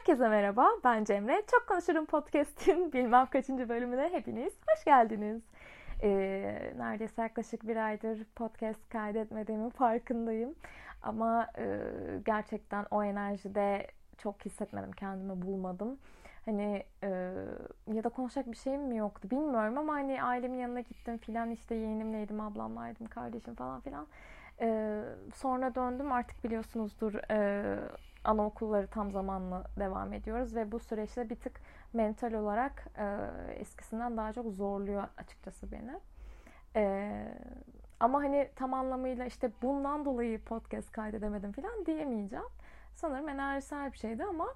Herkese merhaba, ben Cemre. Çok Konuşurum Podcast'in bilmem kaçıncı bölümüne hepiniz hoş geldiniz. Neredeyse yaklaşık bir aydır podcast kaydetmediğimin farkındayım. Ama gerçekten o enerjide çok hissetmedim, kendimi bulmadım. Ya da konuşacak bir şeyim mi yoktu bilmiyorum ama ailemin yanına gittim filan, işte yeğenimleydim, ablamlaydım, kardeşim falan filan. Sonra döndüm, artık biliyorsunuzdur, anaokulları tam zamanlı devam ediyoruz ve bu süreçte bir tık mental olarak eskisinden daha çok zorluyor açıkçası beni. Ama tam anlamıyla işte bundan dolayı podcast kaydedemedim falan diyemeyeceğim. Sanırım enerjisel bir şeydi ama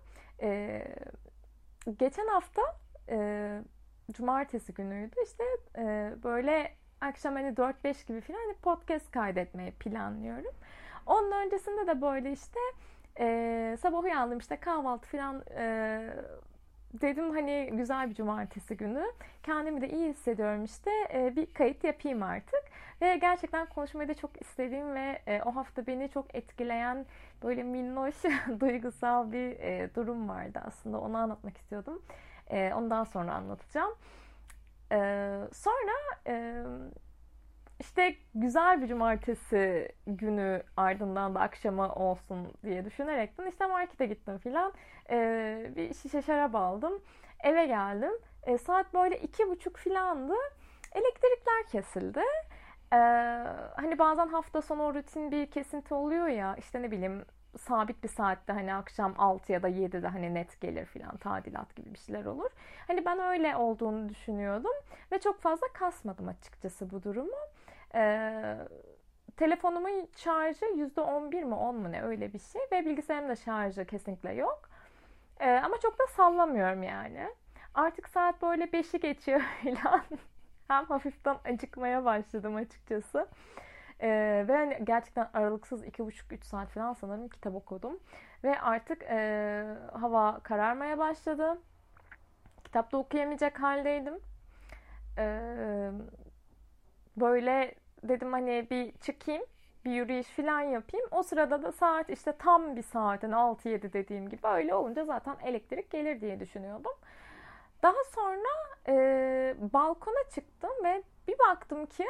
geçen hafta cumartesi günüydü, işte böyle akşam 4-5 gibi falan podcast kaydetmeyi planlıyorum. Onun öncesinde de böyle işte sabah uyandım, işte kahvaltı falan, dedim güzel bir cumartesi günü, kendimi de iyi hissediyorum, işte bir kayıt yapayım artık. Ve gerçekten konuşmayı da çok istediğim ve o hafta beni çok etkileyen böyle minnoş duygusal bir durum vardı aslında, onu anlatmak istiyordum. Ondan sonra anlatacağım. Sonra işte güzel bir cumartesi günü ardından da akşama olsun diye düşünerekten işte markete gittim filan. Bir şişe şarap aldım. Eve geldim. Saat böyle 2:30 filandı. Elektrikler kesildi. Bazen hafta sonu rutin bir kesinti oluyor ya, işte ne bileyim, sabit bir saatte akşam 6 ya da 7'de net gelir filan, tadilat gibi bir şeyler olur. Ben öyle olduğunu düşünüyordum ve çok fazla kasmadım açıkçası bu durumu. Telefonumun şarjı %11 mi 10 mu ne, öyle bir şey, ve bilgisayarımın da şarjı kesinlikle yok. Ama çok da sallamıyorum yani. Artık saat böyle 5'i geçiyor falan. Hem hafiften acıkmaya başladım açıkçası. Ve gerçekten aralıksız 2,5-3 saat falan sanırım kitap okudum. Ve artık hava kararmaya başladı. Kitap da okuyamayacak haldeydim. Böyle dedim bir çıkayım, bir yürüyüş falan yapayım. O sırada da saat işte tam bir saat, 6-7 dediğim gibi, öyle olunca zaten elektrik gelir diye düşünüyordum. Daha sonra balkona çıktım ve bir baktım ki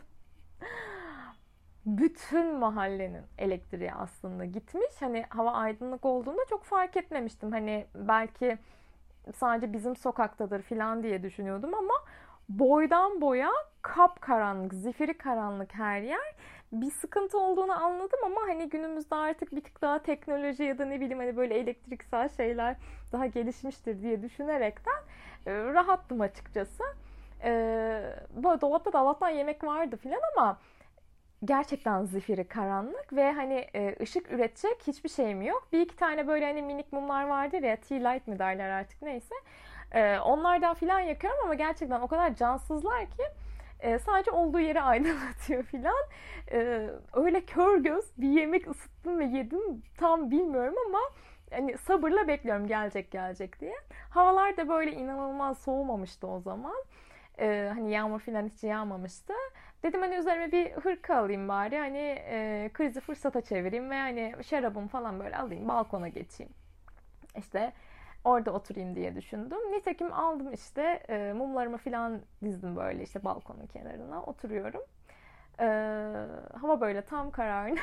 bütün mahallenin elektriği aslında gitmiş. Hava aydınlık olduğunda çok fark etmemiştim. Belki sadece bizim sokaktadır falan diye düşünüyordum ama boydan boya kapkaranlık, zifiri karanlık her yer. Bir sıkıntı olduğunu anladım ama günümüzde artık bir tık daha teknoloji ya da ne bileyim böyle elektriksel şeyler daha gelişmiştir diye düşünerekten rahattım açıkçası. Böyle dolapta da Allah'tan yemek vardı filan ama gerçekten zifiri karanlık ve ışık üretecek hiçbir şeyim yok. Bir iki tane böyle minik mumlar vardır ya, tea light mi derler artık, neyse. Onlardan filan yakıyorum ama gerçekten o kadar cansızlar ki sadece olduğu yeri aydınlatıyor filan. Öyle kör göz bir yemek ısıttım ve yedim, tam bilmiyorum ama sabırla bekliyorum gelecek diye. Havalar da böyle inanılmaz soğumamıştı o zaman. Yağmur filan hiç yağmamıştı. Dedim üzerime bir hırka alayım bari, krizi fırsata çevireyim ve şarabımı falan böyle alayım, balkona geçeyim. İşte orada oturayım diye düşündüm. Nitekim aldım, işte mumlarımı falan dizdim böyle işte balkonun kenarına, oturuyorum. Hava böyle tam kararın.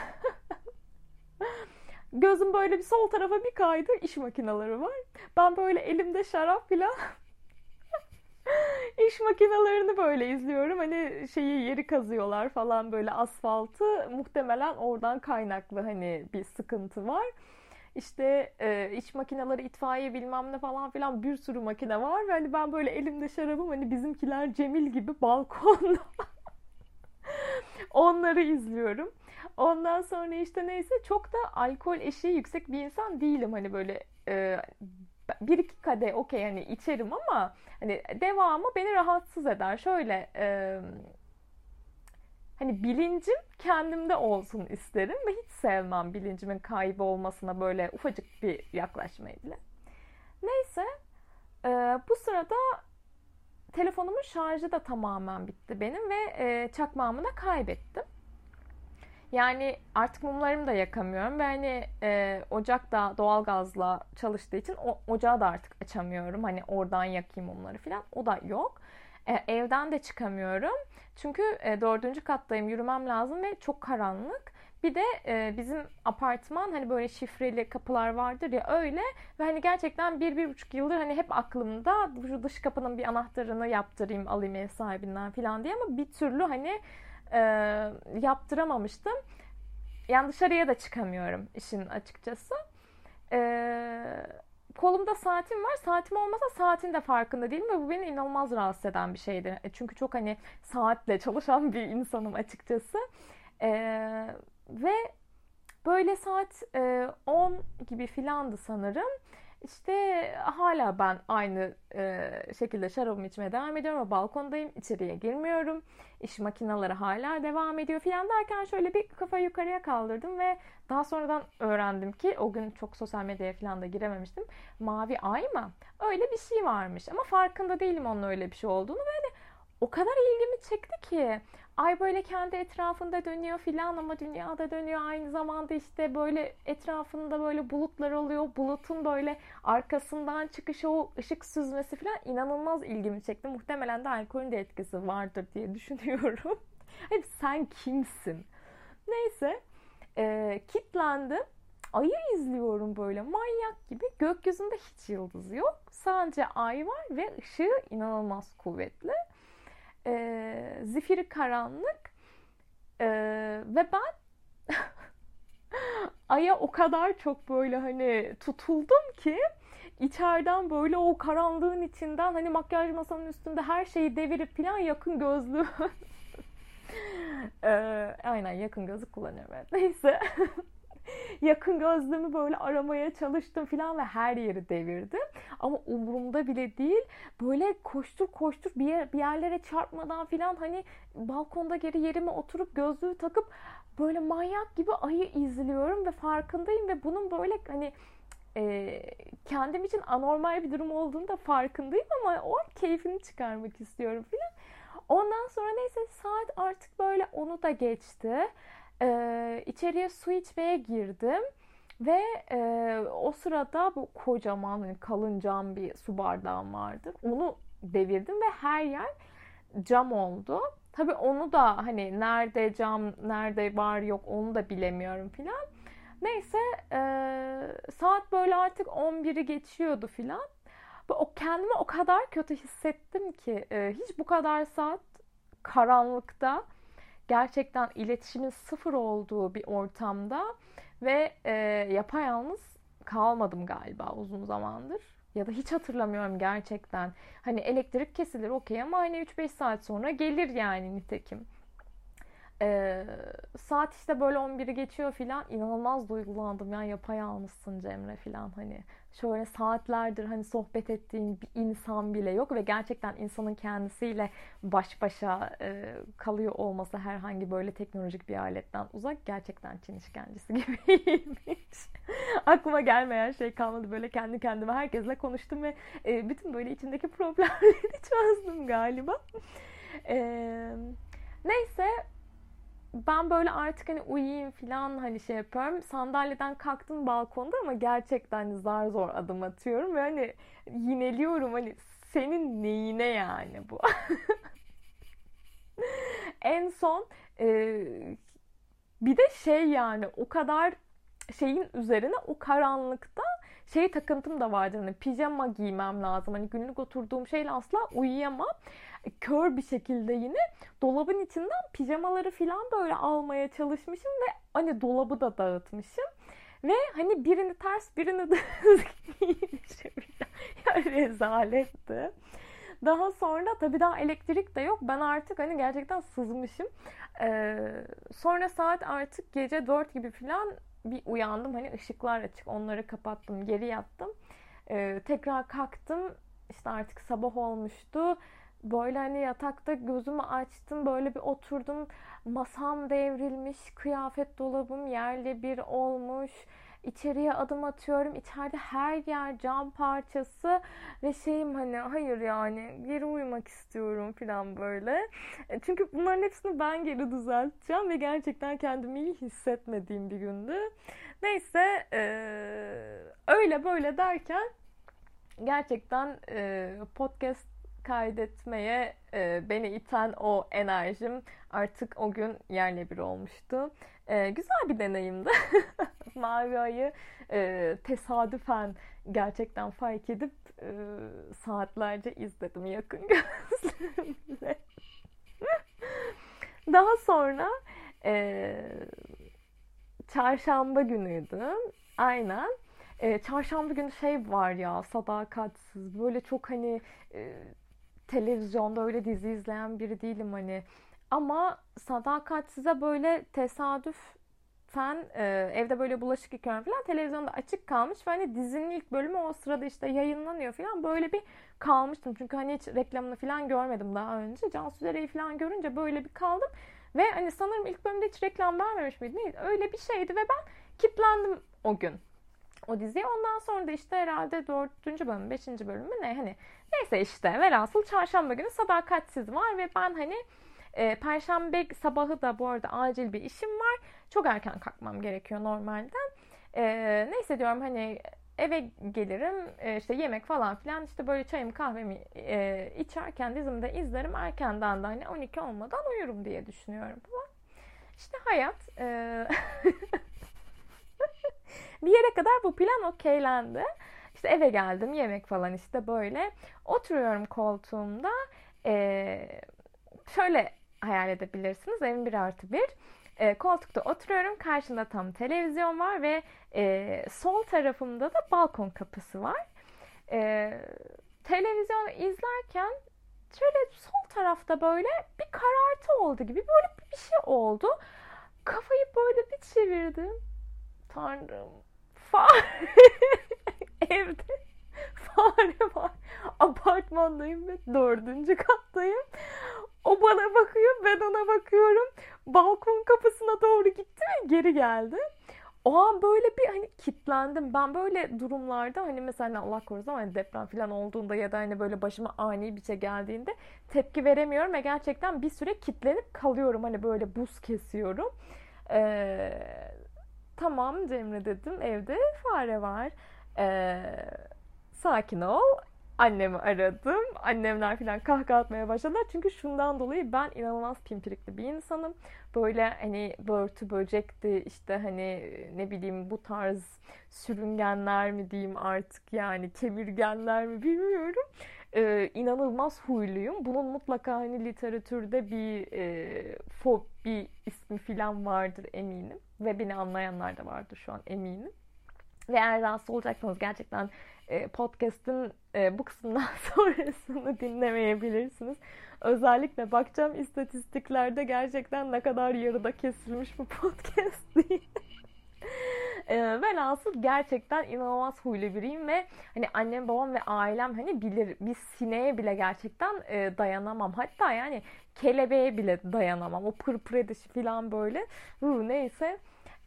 Gözüm böyle bir sol tarafa bir kaydı, iş makineleri var. Ben böyle elimde şarap falan İş makinelerini böyle izliyorum. Yeri kazıyorlar falan, böyle asfaltı. Muhtemelen oradan kaynaklı bir sıkıntı var. İşte iş makineleri, itfaiye, bilmem ne falan filan, bir sürü makine var. Ve ben böyle elimde şarabım, bizimkiler Cemil gibi balkonda onları izliyorum. Ondan sonra işte neyse, çok da alkol eşiği yüksek bir insan değilim. Böyle bir iki kadeh okey içerim ama devamı beni rahatsız eder. Şöyle bilincim kendimde olsun isterim ve hiç sevmem bilincimin kaybı olmasına, böyle ufacık bir yaklaşmayı bile. Neyse, bu sırada telefonumun şarjı da tamamen bitti benim ve çakmağımı da kaybettim. Yani artık mumlarımı da yakamıyorum ve hani ocak da doğalgazla çalıştığı için ocağı da artık açamıyorum. Hani oradan yakayım mumları falan. O da yok. Evden de çıkamıyorum. Çünkü 4. kattayım, yürümem lazım ve çok karanlık. Bir de bizim apartman hani böyle şifreli kapılar vardır ya, öyle. Ve hani gerçekten 1-1,5 yıldır hani hep aklımda şu dış kapının bir anahtarını yaptırayım, alayım ev sahibinden falan diye, ama bir türlü hani e, yaptıramamıştım. Yani dışarıya da çıkamıyorum işin açıkçası. Ee, Kolumda saatim var. Saatim olmasa saatin de farkında değilim ve bu beni inanılmaz rahatsız eden bir şeydi. Çünkü çok hani saatle çalışan bir insanım açıkçası. Ve böyle saat 10 gibi filandı sanırım. İşte hala ben aynı şekilde şarabımı içmeye devam ediyorum ve balkondayım. İçeriye girmiyorum. İş makineleri hala devam ediyor filan derken şöyle bir kafa yukarıya kaldırdım ve daha sonradan öğrendim ki o gün çok sosyal medyaya filan da girememiştim. Mavi ay mı? Öyle bir şey varmış ama farkında değilim onun öyle bir şey olduğunu. O kadar ilgimi çekti ki, ay böyle kendi etrafında dönüyor filan ama dünyada dönüyor aynı zamanda, işte böyle etrafında böyle bulutlar oluyor. Bulutun böyle arkasından çıkışı, o ışık süzmesi filan inanılmaz ilgimi çekti. Muhtemelen de alkolün de etkisi vardır diye düşünüyorum. Hep sen kimsin? Neyse, kitlendim. Ayı izliyorum böyle manyak gibi. Gökyüzünde hiç yıldız yok. Sadece ay var ve ışığı inanılmaz kuvvetli. Zifiri karanlık. Ve ben Ay'a o kadar çok böyle hani tutuldum ki içeriden böyle o karanlığın içinden hani makyaj masanın üstünde her şeyi devirip falan yakın gözlü aynen yakın gözlük kullanıyorum, evet. Neyse. Yakın gözlüğümü böyle aramaya çalıştım filan ve her yeri devirdim. Ama umurumda bile değil. Böyle koştur koştur bir yerlere çarpmadan filan hani balkonda geri yerime oturup gözlüğü takıp böyle manyak gibi ayı izliyorum ve farkındayım ve bunun böyle hani kendim için anormal bir durum olduğunu da farkındayım ama o an keyfini çıkarmak istiyorum filan. Ondan sonra neyse, saat artık böyle onu da geçti. İçeriye su içmeye girdim ve o sırada bu kocaman hani kalın cam bir su bardağım vardı. Onu devirdim ve her yer cam oldu. Tabii onu da hani nerede cam, nerede var yok onu da bilemiyorum filan. Neyse, saat böyle artık 11'i geçiyordu filan. Kendimi o kadar kötü hissettim ki hiç bu kadar saat karanlıkta, gerçekten iletişimin sıfır olduğu bir ortamda ve yapayalnız kalmadım galiba uzun zamandır. Ya da hiç hatırlamıyorum gerçekten. Hani elektrik kesilir okey ama hani 3-5 saat sonra gelir yani nitekim. Saat işte böyle 11'i geçiyor filan, inanılmaz duygulandım ya, yapayalnızsın Cemre filan, hani şöyle saatlerdir hani sohbet ettiğin bir insan bile yok ve gerçekten insanın kendisiyle baş başa kalıyor olması herhangi böyle teknolojik bir aletten uzak gerçekten Çin işkencesi gibiymiş. Aklıma gelmeyen şey kalmadı, böyle kendi kendime herkesle konuştum ve bütün böyle içindeki problemleri çözdüm galiba. Neyse, ben böyle artık hani uyuyayım falan hani şey yapıyorum. Sandalyeden kalktım balkonda ama gerçekten hani zar zor adım atıyorum ve hani yineliyorum, hani senin neyine yani bu. En son bir de şey, yani o kadar şeyin üzerine o karanlıkta şey takıntım da vardır, hani pijama giymem lazım, hani günlük oturduğum şeyle asla uyuyamam. Kör bir şekilde yine dolabın içinden pijamaları falan böyle almaya çalışmışım ve hani dolabı da dağıtmışım ve hani birini ters birini düz giymişim. Ya rezaletti. Daha sonra tabii daha elektrik de yok. Ben artık hani gerçekten sızmışım. Sonra saat artık gece 4 gibi falan bir uyandım. Hani ışıklar açık. Onları kapattım. Geri yattım. Tekrar kalktım. İşte artık sabah olmuştu. Böyle hani yatakta gözümü açtım. Böyle bir oturdum. Masam devrilmiş. Kıyafet dolabım yerle bir olmuş. içeriye adım atıyorum. İçeride her yer cam parçası ve şeyim hani hayır yani geri uyumak istiyorum falan böyle. Çünkü bunların hepsini ben geri düzelteceğim ve gerçekten kendimi iyi hissetmediğim bir gündü. Neyse öyle böyle derken gerçekten podcast kaydetmeye beni iten o enerjim artık o gün yerle bir olmuştu. Güzel bir deneyimdi. Mavi Ay'ı tesadüfen gerçekten fark edip saatlerce izledim yakın gözlemle. Daha sonra e, çarşamba günüydü. Aynen. Çarşamba günü şey var ya, sadakatsiz. Böyle çok hani televizyonda öyle dizi izleyen biri değilim hani. Ama sadakatsize böyle tesadüfen evde böyle bulaşık yıkıyorum falan. Televizyonda açık kalmış ve hani dizinin ilk bölümü o sırada işte yayınlanıyor falan. Böyle bir kalmıştım. Çünkü hani hiç reklamını falan görmedim daha önce. Cansu Dere'yi falan görünce böyle bir kaldım. Ve hani sanırım ilk bölümde hiç reklam vermemiş miydi? Neydi? Öyle bir şeydi ve ben kilitlendim o gün o diziye. Ondan sonra da işte herhalde 4. bölüm, 5. bölüm mü ne hani neyse işte velhasıl çarşamba günü Sadakatsiz var ve ben hani Perşembe sabahı da bu arada acil bir işim var. Çok erken kalkmam gerekiyor normalden. Neyse diyorum hani eve gelirim işte yemek falan filan işte böyle çayımı kahvemi içerken dizimi de izlerim. Erkenden de hani 12 olmadan uyurum diye düşünüyorum falan. İşte hayat bir yere kadar bu plan okeylendi. İşte eve geldim yemek falan işte böyle oturuyorum koltuğumda. Şöyle hayal edebilirsiniz evin 1+1. Koltukta oturuyorum. Karşımda tam televizyon var ve sol tarafımda da balkon kapısı var. E, Televizyonu izlerken şöyle sol tarafta böyle bir karartı oldu gibi böyle bir şey oldu. Kafayı böyle bir çevirdim. Tanrım. Fare. Evde fare var. Apartmandayım ve 4. kattayım. O bana bakıyor, ben ona bakıyorum. Balkon kapısına doğru gitti ve geri geldi. O an böyle bir hani kitlendim. Ben böyle durumlarda hani mesela Allah korusun ama hani deprem falan olduğunda ya da hani böyle başıma ani bir şey geldiğinde tepki veremiyorum ve gerçekten bir süre kitlenip kalıyorum. Hani böyle buz kesiyorum. Ee, tamam Cemre dedim evde fare var. Ee, Sakin ol. Annemi aradım. Annemler falan kahkaha atmaya başladılar. Çünkü şundan dolayı ben inanılmaz pimpirikli bir insanım. Böyle hani börtü böcekti işte hani ne bileyim bu tarz sürüngenler mi diyeyim artık yani kemirgenler mi bilmiyorum. İnanılmaz huyluyum. Bunun mutlaka hani literatürde bir fobi ismi falan vardır eminim. Ve beni anlayanlar da vardır şu an eminim. Ve eğer rahatsız olacaksanız gerçekten podcast'ın bu kısmından sonrasını dinlemeyebilirsiniz. Özellikle bakacağım istatistiklerde gerçekten ne kadar yarıda kesilmiş bu podcast diye. Velhasıl gerçekten inanılmaz huylu biriyim ve hani annem babam ve ailem hani bilir bir sineğe bile gerçekten dayanamam. Hatta yani kelebeğe bile dayanamam. O pırpır edişi falan böyle. Neyse.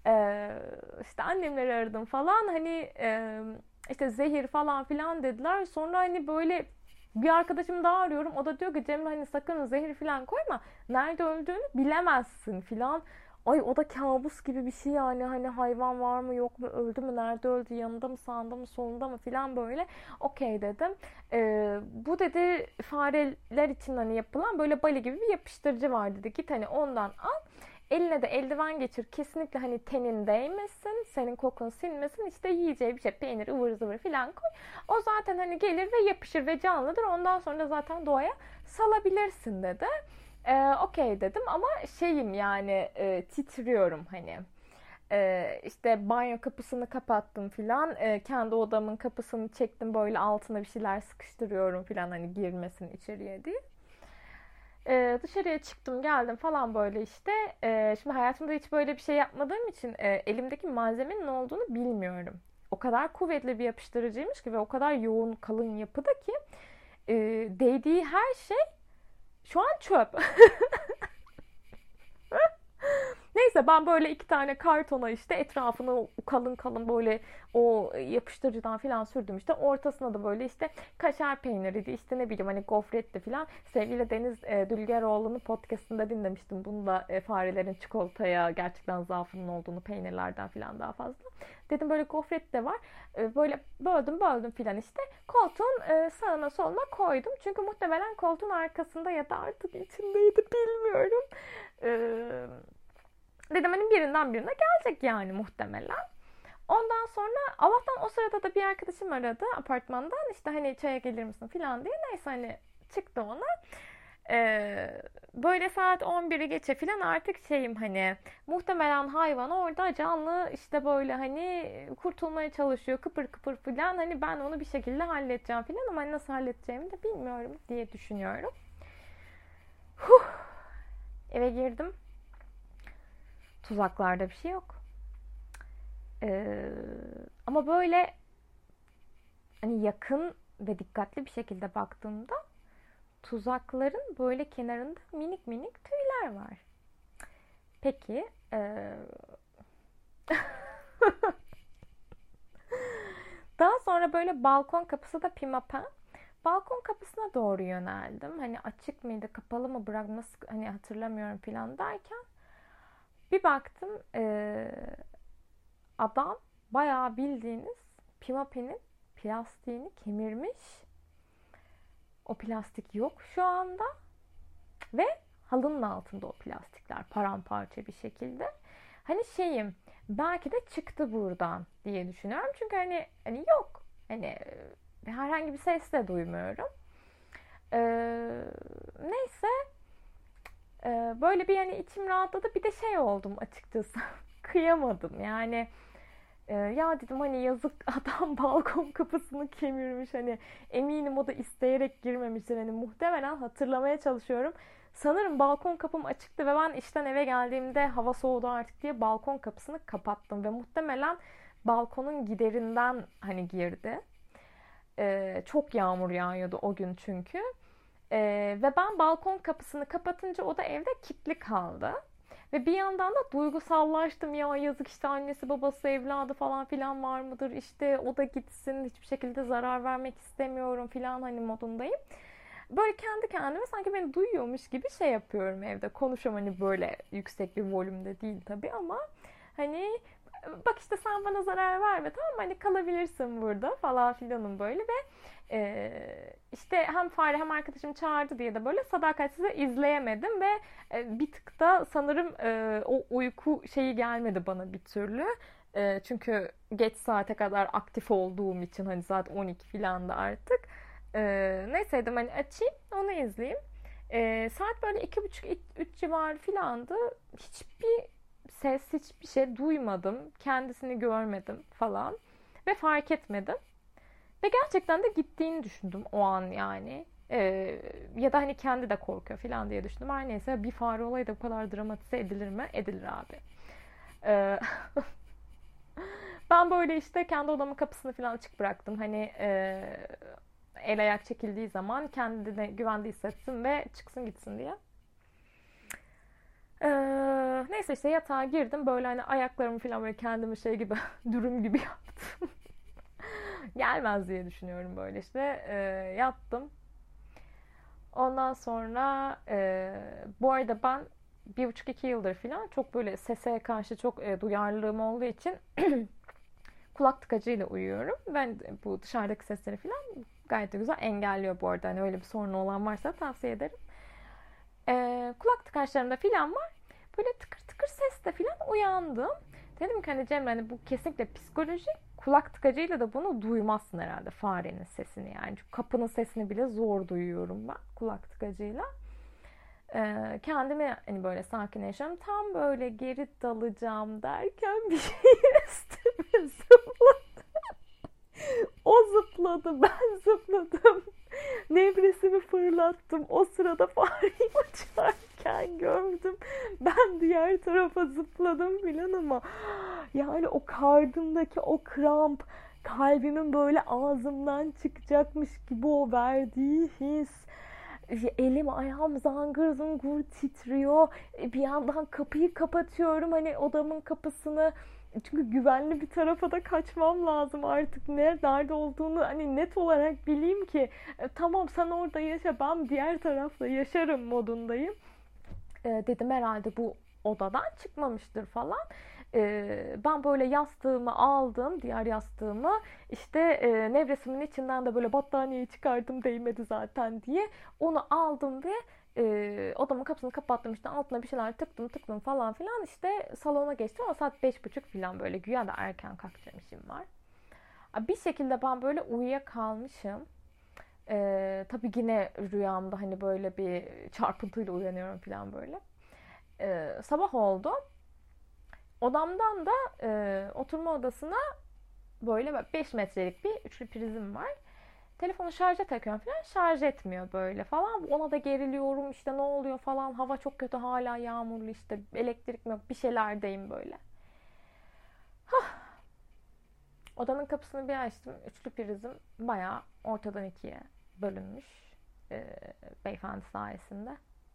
İşte annemleri aradım falan hani işte zehir falan filan dediler. Sonra hani böyle bir arkadaşım daha arıyorum. O da diyor ki Cemre hani sakın zehir filan koyma. Nerede öldüğünü bilemezsin filan. Ay o da kabus gibi bir şey yani hani hayvan var mı yok mu öldü mü nerede öldü yanında mı sağında mı solunda mı filan böyle okey dedim. Bu dedi fareler için hani yapılan böyle bali gibi bir yapıştırıcı var dedi git hani ondan al. Eline de eldiven geçir. Kesinlikle hani tenin değmesin. Senin kokun sinmesin. İşte yiyeceği bir şey peynir ıvır zıvır filan koy. O zaten hani gelir ve yapışır ve canlıdır. Ondan sonra zaten doğaya salabilirsin dedi. Okey dedim ama şeyim yani titriyorum hani. İşte banyo kapısını kapattım filan. Kendi odamın kapısını çektim böyle altına bir şeyler sıkıştırıyorum filan hani girmesin içeriye diye. Dışarıya çıktım geldim falan böyle işte. Şimdi hayatımda hiç böyle bir şey yapmadığım için elimdeki malzemenin ne olduğunu bilmiyorum. O kadar kuvvetli bir yapıştırıcıymış ki ve o kadar yoğun kalın yapıda ki değdiği her şey şu an çöp. Neyse ben böyle 2 tane kartona işte etrafını kalın kalın böyle o yapıştırıcıdan falan sürdüm işte. Ortasına da böyle işte kaşar peyniriydi işte ne bileyim hani gofretti falan. Sevgili Deniz Dülgeroğlu'nun podcastında dinlemiştim. Bunu da farelerin çikolataya gerçekten zaafının olduğunu, peynirlerden falan daha fazla. Dedim böyle gofret de var. Böyle böldüm filan işte. Koltuğun sağına soluna koydum. Çünkü muhtemelen koltuğun arkasında ya da artık içindeydi bilmiyorum. Dedim hani birinden birine gelecek yani muhtemelen. Ondan sonra Allah'tan o sırada da bir arkadaşım aradı apartmandan. İşte hani çaya gelir misin falan diye. Neyse hani çıktı ona. Böyle saat 11'i geçe falan artık şeyim hani muhtemelen hayvan orada canlı işte böyle hani kurtulmaya çalışıyor kıpır kıpır falan. Hani ben onu bir şekilde halledeceğim falan ama hani nasıl halledeceğimi de bilmiyorum diye düşünüyorum. Eve girdim. Tuzaklarda bir şey yok. Ama böyle hani yakın ve dikkatli bir şekilde baktığımda tuzakların böyle kenarında minik minik tüyler var. Peki daha sonra böyle balkon kapısı da pimapen. Balkon kapısına doğru yöneldim. Hani açık mıydı, kapalı mı bırak nasıl hani hatırlamıyorum falan derken bir baktım adam bayağı bildiğiniz pimapenin plastiğini kemirmiş. O plastik yok şu anda ve halının altında o plastikler paramparça bir şekilde. Hani şeyim belki de çıktı buradan diye düşünüyorum. Çünkü hani yok. Hani herhangi bir ses de duymuyorum. Neyse böyle bir hani içim rahatladı. Bir de şey oldum açıkçası. Kıyamadım yani. Ya dedim hani yazık adam balkon kapısını kemirmiş hani eminim o da isteyerek girmemiştir hani muhtemelen hatırlamaya çalışıyorum. Sanırım balkon kapım açıktı ve ben işten eve geldiğimde hava soğudu artık diye balkon kapısını kapattım ve muhtemelen balkonun giderinden hani girdi. Çok yağmur yağıyordu o gün çünkü. Ve ben balkon kapısını kapatınca o da evde kilitli kaldı. Ve bir yandan da duygusallaştım ya yazık işte annesi babası evladı falan filan var mıdır işte o da gitsin hiçbir şekilde zarar vermek istemiyorum filan hani modundayım. Böyle kendi kendime sanki beni duyuyormuş gibi şey yapıyorum evde konuşuyorum hani böyle yüksek bir volümde değil tabii ama hani bak işte sen bana zarar verme tamam mı hani kalabilirsin burada falan filanım böyle ve işte hem fare hem arkadaşım çağırdı diye de böyle sadakatsiz izleyemedim ve bir tık da sanırım o uyku şeyi gelmedi bana bir türlü. Çünkü geç saate kadar aktif olduğum için hani saat 12 filan da artık. Neyse dedim hani açayım onu izleyeyim. Saat böyle 2.30-3 civarı filandı. Hiçbir ses, hiçbir şey duymadım. Kendisini görmedim falan. Ve fark etmedim. Ve gerçekten de gittiğini düşündüm o an yani. Ya da hani kendi de korkuyor falan diye düşündüm. Her neyse bir fare olayı da bu kadar dramatize edilir mi? Edilir abi. Ee, Ben böyle işte kendi odamın kapısını falan açık bıraktım. Hani el ayak çekildiği zaman kendine güvende hissetsin ve çıksın gitsin diye. Neyse işte yatağa girdim. Böyle hani ayaklarımı falan böyle kendimi şey gibi dürüm gibi yaptım. Gelmez diye düşünüyorum böyle işte. Yattım. Ondan sonra bu arada ben 1,5-2 yıldır falan çok böyle sese karşı çok duyarlılığım olduğu için kulak tıkacıyla uyuyorum. Ben bu dışarıdaki sesleri falan gayet de güzel engelliyor bu arada. Hani öyle bir sorunu olan varsa tavsiye ederim. Kulak tıkaçlarımda falan var. Böyle tıkır tıkır sesle falan uyandım. Dedim ki hani Cemre hani bu kesinlikle psikolojik. Kulak tıkacıyla da bunu duymazsın herhalde farenin sesini yani. Çünkü kapının sesini bile zor duyuyorum ben kulak tıkacıyla. Kendimi hani böyle sakinleşiyorum. Tam böyle geri dalacağım derken bir şey üstüme zıpladı. O zıpladı, ben zıpladım. Nevresimi fırlattım. O sırada fareyi uçarken gördüm. Ben diğer tarafa zıpladım filan ama yani o karnımdaki o kramp kalbimin böyle ağzımdan çıkacakmış gibi o verdiği his elim ayağım zangır zungur titriyor. Bir yandan kapıyı kapatıyorum, hani odamın kapısını. Çünkü güvenli bir tarafa da kaçmam lazım artık. Nerede olduğunu hani net olarak bileyim ki tamam sen orada yaşa, ben diğer tarafta yaşarım modundayım. Dedim herhalde bu odadan çıkmamıştır falan. Ben böyle yastığımı aldım, diğer yastığımı, işte nevresimin içinden de böyle battaniyeyi çıkardım, değmedi zaten diye. Onu aldım ve odamın kapısını kapattım, işte altına bir şeyler tıktım falan filan, işte salona geçtim ama saat 5.30 falan, böyle güya da erken kalkacağım, işim var. Bir şekilde ben böyle uyuyakalmışım. Tabii yine rüyamda hani böyle bir çarpıntıyla uyanıyorum falan böyle. Sabah oldu. Odamdan da oturma odasına böyle 5 metrelik bir üçlü prizim var. Telefonu şarja takıyorum falan, şarj etmiyor böyle falan. Ona da geriliyorum, işte ne oluyor falan. Hava çok kötü, hala yağmurlu, işte elektrik mi yok, bir şeylerdeyim böyle. Odanın kapısını bir açtım. Üçlü prizim bayağı ortadan ikiye bölünmüş. Beyefendi sayesinde.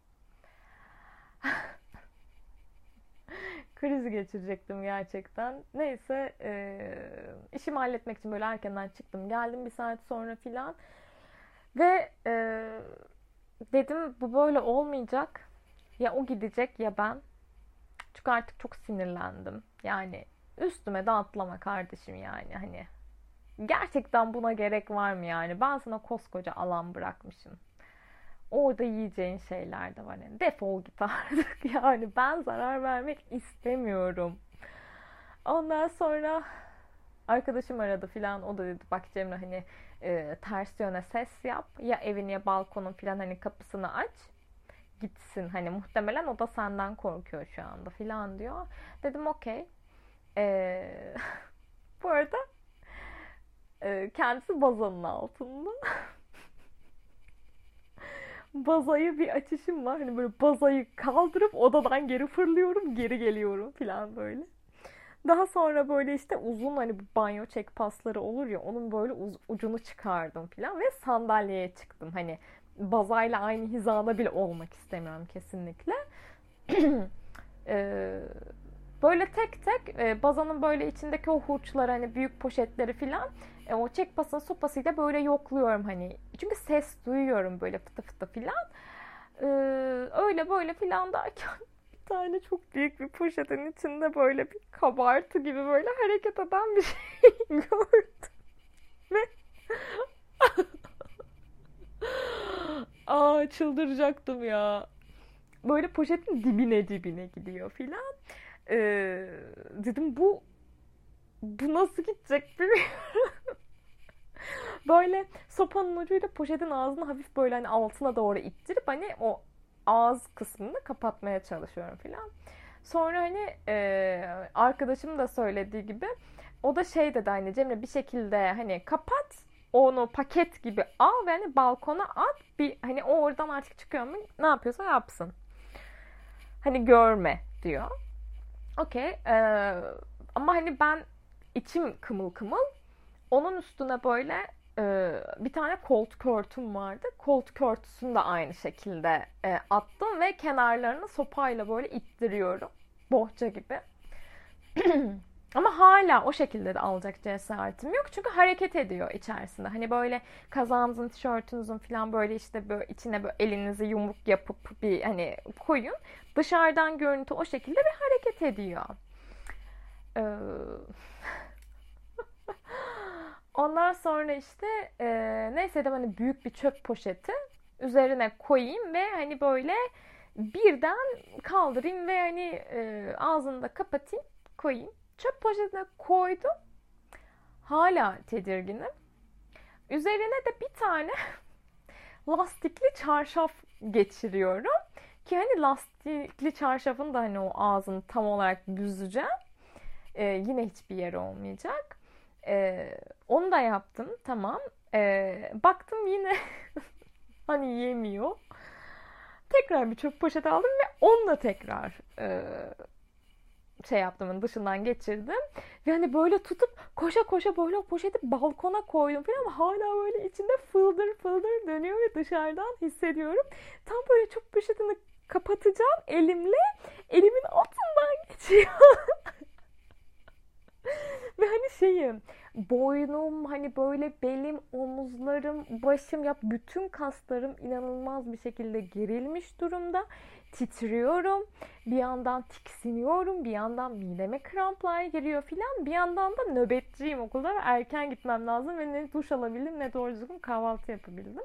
Krizi geçirecektim gerçekten. Neyse, işimi halletmek için böyle erkenden çıktım. Geldim bir saat sonra filan. Ve dedim bu böyle olmayacak. Ya o gidecek ya ben. Çünkü artık çok sinirlendim. Yani üstüme de atlama kardeşim yani. Hani gerçekten buna gerek var mı yani? Ben sana koskoca alan bırakmışım. Orada yiyeceğin şeyler de var. Yani defol git artık. Yani ben zarar vermek istemiyorum. Ondan sonra arkadaşım aradı filan. O da dedi bak Cemre, hani ters yöne ses yap. Ya evin ya balkonun filan, hani kapısını aç. Gitsin. Hani muhtemelen o da senden korkuyor şu anda filan diyor. Dedim okey. E, Bu arada kendisi bazanın altında. Bazayı bir açışım var. Hani böyle bazayı kaldırıp odadan geri fırlıyorum, geri geliyorum falan böyle. Daha sonra böyle işte uzun, hani banyo çek pasları olur ya, onun böyle ucunu çıkardım falan ve sandalyeye çıktım. Hani bazayla aynı hizada bile olmak istemiyorum kesinlikle. Ee, Böyle tek tek bazanın böyle içindeki o hurçları, hani büyük poşetleri filan, o çek pasın sopasıyla böyle yokluyorum hani. Çünkü ses duyuyorum böyle fıtı fıtı filan. Ee, Öyle böyle filan derken bir tane çok büyük bir poşetin içinde böyle bir kabartı gibi böyle hareket eden bir şey gördüm. Ve çıldıracaktım ya. Böyle poşetin dibine gidiyor filan. Dedim bu nasıl gidecek bilmiyorum. Böyle sopanın ucuyla poşetin ağzını hafif böyle hani altına doğru ittirip hani o ağız kısmını kapatmaya çalışıyorum filan. Sonra hani arkadaşım da söylediği gibi, o da şey dedi, hani Cemre bir şekilde hani kapat, onu paket gibi al ve hani balkona at, bir hani o oradan artık çıkıyor mu ne yapıyorsa yapsın. Hani görme diyor. Okey. Ama hani ben içim kımıl kımıl. Onun üstüne böyle bir tane koltuk örtüm vardı. Koltuk örtüsünü de aynı şekilde attım ve kenarlarını sopayla böyle ittiriyorum. Bohça gibi. Ama hala o şekilde de alacak cesaretim yok. Çünkü hareket ediyor içerisinde. Hani böyle kazağınızın, tişörtünüzün falan böyle işte böyle içine böyle elinizi yumruk yapıp bir hani koyun. Dışarıdan görüntü o şekilde bir hareket ediyor. Ee, Ondan sonra işte neyse dedim hani büyük bir çöp poşeti üzerine koyayım ve hani böyle birden kaldırayım ve hani ağzını da kapatayım, koyayım. Çöp poşetine koydum. Hala tedirginim. Üzerine de bir tane lastikli çarşaf geçiriyorum. Ki hani lastikli çarşafın da hani o ağzını tam olarak büzeceğim. Yine hiçbir yeri olmayacak. Onu da yaptım. Tamam. Baktım yine hani yemiyor. Tekrar bir çöp poşeti aldım ve onunla tekrar şey yaptım, hani dışından geçirdim. Ve hani böyle tutup koşa koşa böyle o poşeti balkona koydum falan ama hala böyle içinde fıldır fıldır dönüyor ve dışarıdan hissediyorum. Tam böyle çöp poşetini kapatacağım elimle, elimin altından geçiyor. Ve hani şeyim, boynum, hani böyle belim, omuzlarım, başım, ya bütün kaslarım inanılmaz bir şekilde gerilmiş durumda. Titriyorum. Bir yandan tiksiniyorum. Bir yandan mideme kramplar giriyor filan. Bir yandan da nöbetçiyim okulda ve erken gitmem lazım ve ne duş alabildim ne doğru düzgün kahvaltı yapabildim.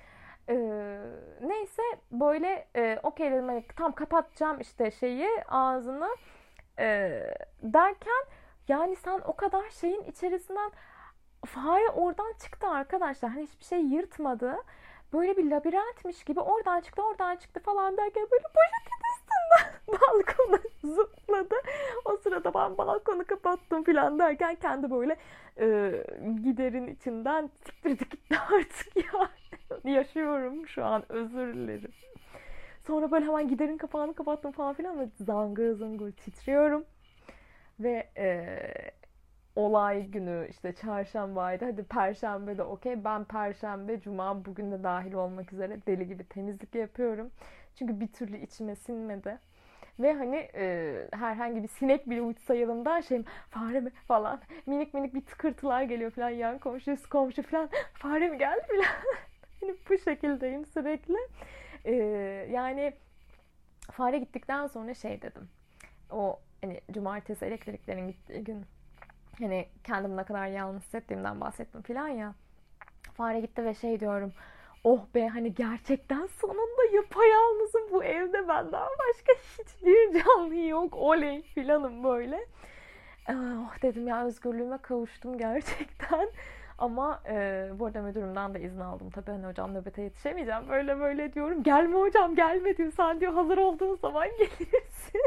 Neyse böyle okey dedim, hani tam kapatacağım işte şeyi, ağzını derken, yani sen o kadar şeyin içerisinden, fare oradan çıktı arkadaşlar. Hani hiçbir şey yırtmadı. Böyle bir labirentmiş gibi oradan çıktı oradan çıktı falan derken böyle poşetin üstünden balkona zıpladı. O sırada ben balkonu kapattım falan derken kendi böyle giderin içinden siktirdi gitti artık ya. Yaşıyorum şu an, özür dilerim. Sonra böyle hemen giderin kapağını kapattım falan filan ve zangır zangır titriyorum. Ve olay günü işte çarşambaydı. Hadi perşembe de okey. Ben perşembe, cuma, bugün de dahil olmak üzere deli gibi temizlik yapıyorum. Çünkü bir türlü içime sinmedi. Ve hani herhangi bir sinek bile uçsa yanımdan şeyim, fare mi falan. Minik minik bir tıkırtılar geliyor falan, yan komşu, üst komşu falan. Fare mi geldi falan. Hani bu şekildeyim sürekli. Yani fare gittikten sonra şey dedim. O hani cumartesi elektriklerin gittiği gün, hani kendimi ne kadar yalnız hissettiğimden bahsettim filan ya. Fare gitti ve şey diyorum. Oh be, hani gerçekten sonunda yapayalnızım bu evde, benden başka hiçbir canlı yok. Oley filanım böyle. Oh dedim ya, özgürlüğüme kavuştum gerçekten. Ama bu arada müdürümden de izin aldım. Tabii hani hocam nöbete yetişemeyeceğim. Böyle böyle diyorum. Gelme hocam gelme diyor. Sen diyor hazır olduğun zaman gelirsin.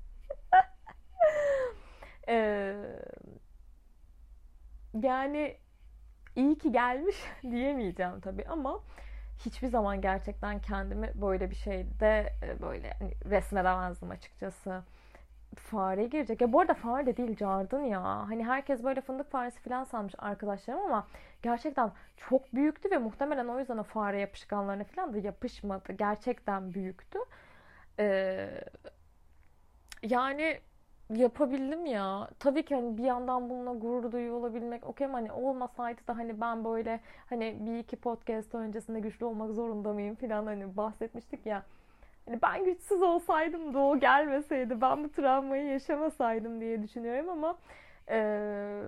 Ee, Yani iyi ki gelmiş diyemeyeceğim tabii ama hiçbir zaman gerçekten kendimi böyle bir şeyde böyle hani resmedemezdim açıkçası. Fare girecek. Ya bu arada fare de değil, cardın ya. Hani herkes böyle fındık faresi falan sanmış arkadaşlarım ama gerçekten çok büyüktü ve muhtemelen o yüzden o fare yapışkanlarına falan da yapışmadı. Gerçekten büyüktü. Ee, Yani yapabildim ya. Tabii ki hani bir yandan bununla gurur duyuyor olabilmek okey, ama hani olmasaydı da hani ben böyle hani bir iki podcast öncesinde güçlü olmak zorunda mıyım falan hani bahsetmiştik ya. Hani ben güçsüz olsaydım da o gelmeseydi, ben bu travmayı yaşamasaydım diye düşünüyorum ama eee,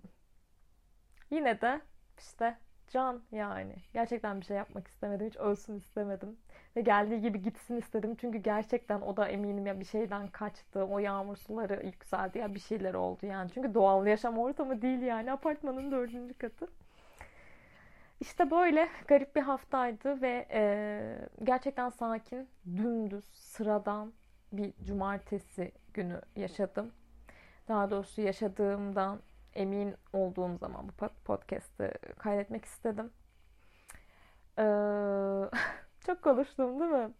yine de işte can yani. Gerçekten bir şey yapmak istemedim. Hiç ölsün istemedim. Ve geldiği gibi gitsin istedim. Çünkü gerçekten o da eminim ya bir şeyden kaçtı. O yağmur suları yükseldi ya bir şeyler oldu yani. Çünkü doğal yaşam ortamı değil yani. Apartmanın 4. katı. İşte böyle garip bir haftaydı ve gerçekten sakin, dümdüz, sıradan bir cumartesi günü yaşadım. Daha doğrusu yaşadığımdan emin olduğum zaman bu podcast'ı kaydetmek istedim. Ee, Çok konuştum değil mi?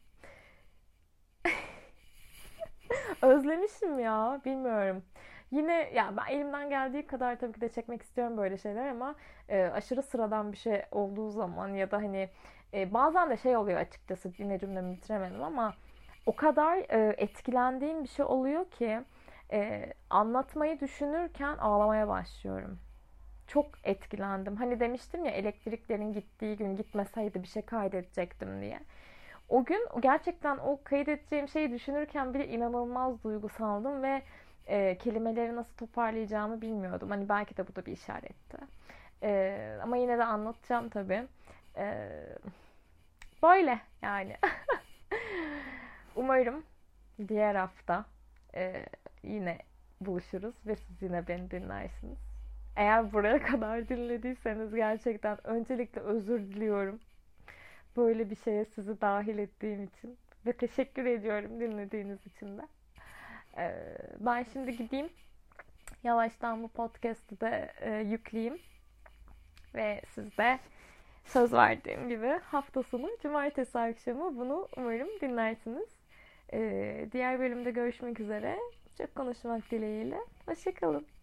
Özlemişim ya, bilmiyorum. Yine ya ben elimden geldiği kadar tabii ki de çekmek istiyorum böyle şeyler ama aşırı sıradan bir şey olduğu zaman ya da hani bazen de şey oluyor açıkçası, yine cümlemi bitiremedim ama o kadar etkilendiğim bir şey oluyor ki anlatmayı düşünürken ağlamaya başlıyorum. Çok etkilendim. Hani demiştim ya, elektriklerin gittiği gün gitmeseydi bir şey kaydedecektim diye. O gün gerçekten o kaydedeceğim şeyi düşünürken bile inanılmaz duygusaldım ve kelimeleri nasıl toparlayacağımı bilmiyordum. Hani belki de bu da bir işaretti. Ama yine de anlatacağım tabii. E, Böyle yani. Umarım diğer hafta yine buluşuruz ve siz yine beni dinlersiniz. Eğer buraya kadar dinlediyseniz gerçekten öncelikle özür diliyorum. Böyle bir şeye sizi dahil ettiğim için. Ve teşekkür ediyorum dinlediğiniz için de. Ben şimdi gideyim. Yavaştan bu podcast'ı da yükleyeyim. Ve siz de söz verdiğim gibi hafta sonu cumartesi akşamı bunu umarım dinlersiniz. Diğer bölümde görüşmek üzere. Çok konuşmak dileğiyle. Hoşça kalın.